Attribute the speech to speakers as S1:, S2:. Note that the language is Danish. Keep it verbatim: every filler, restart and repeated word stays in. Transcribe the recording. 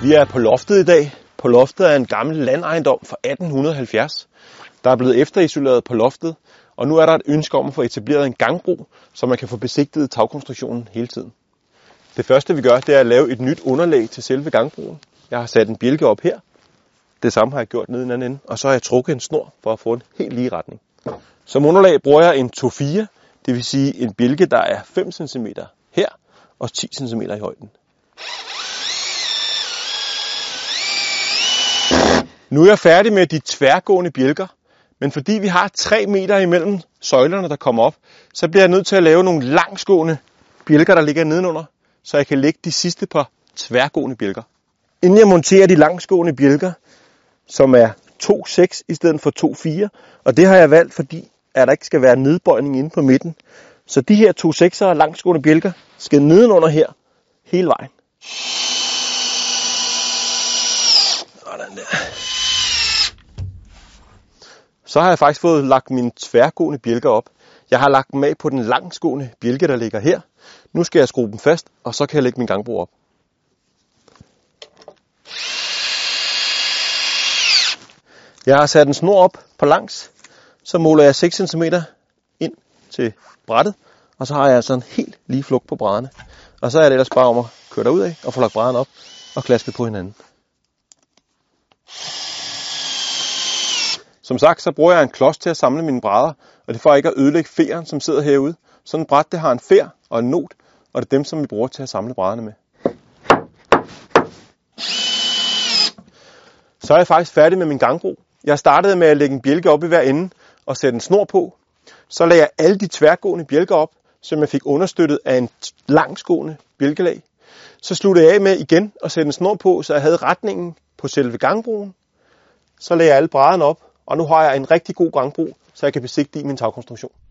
S1: Vi er på loftet i dag. På loftet er en gammel landejendom fra atten halvfjerds. Der er blevet efterisoleret på loftet, og nu er der et ønske om at få etableret en gangbro, så man kan få besigtiget tagkonstruktionen hele tiden. Det første vi gør, det er at lave et nyt underlag til selve gangbroen. Jeg har sat en bjælke op her. Det samme har jeg gjort nede i den anden ende, og så har jeg trukket en snor for at få en helt lige retning. Som underlag bruger jeg en to fire, det vil sige en bjælke, der er fem centimeter her og ti centimeter i højden. Nu er jeg færdig med de tværgående bjælker, men fordi vi har tre meter imellem søjlerne, der kommer op, så bliver jeg nødt til at lave nogle langsgående bjælker, der ligger nedenunder, så jeg kan lægge de sidste par tværgående bjælker. Inden jeg monterer de langsgående bjælker, som er to seks i stedet for to fire, og det har jeg valgt, fordi at der ikke skal være nedbøjning inde på midten. Så de her to sekser langsgående bjælker skal nedenunder her hele vejen. Sådan der. Så har jeg faktisk fået lagt mine tværgående bjælker op. Jeg har lagt dem af på den langsgående bjælke, der ligger her. Nu skal jeg skrue dem fast, og så kan jeg lægge min gangbro op. Jeg har sat en snor op på langs, så måler jeg seks centimeter ind til brættet, og så har jeg altså en helt lige flugt på brædderne. Og så er det ellers bare om at køre derud af og få lagt brædderne op og klasket på hinanden. Som sagt, så bruger jeg en klods til at samle mine brædder, og det får ikke at ødelægge feren, som sidder herude. Sådan et bræt, det har en fer og en not, og det er dem, som vi bruger til at samle brædderne med. Så er jeg faktisk færdig med min gangbro. Jeg startede med at lægge en bjælke op i hver ende og sætte en snor på. Så lagde jeg alle de tværgående bjælker op, som jeg fik understøttet af en langsgående bjælkelag. Så sluttede jeg af med igen at sætte en snor på, så jeg havde retningen på selve gangbroen. Så lagde jeg alle brædderne op, og nu har jeg en rigtig god gangbro, så jeg kan besigtige min tagkonstruktion.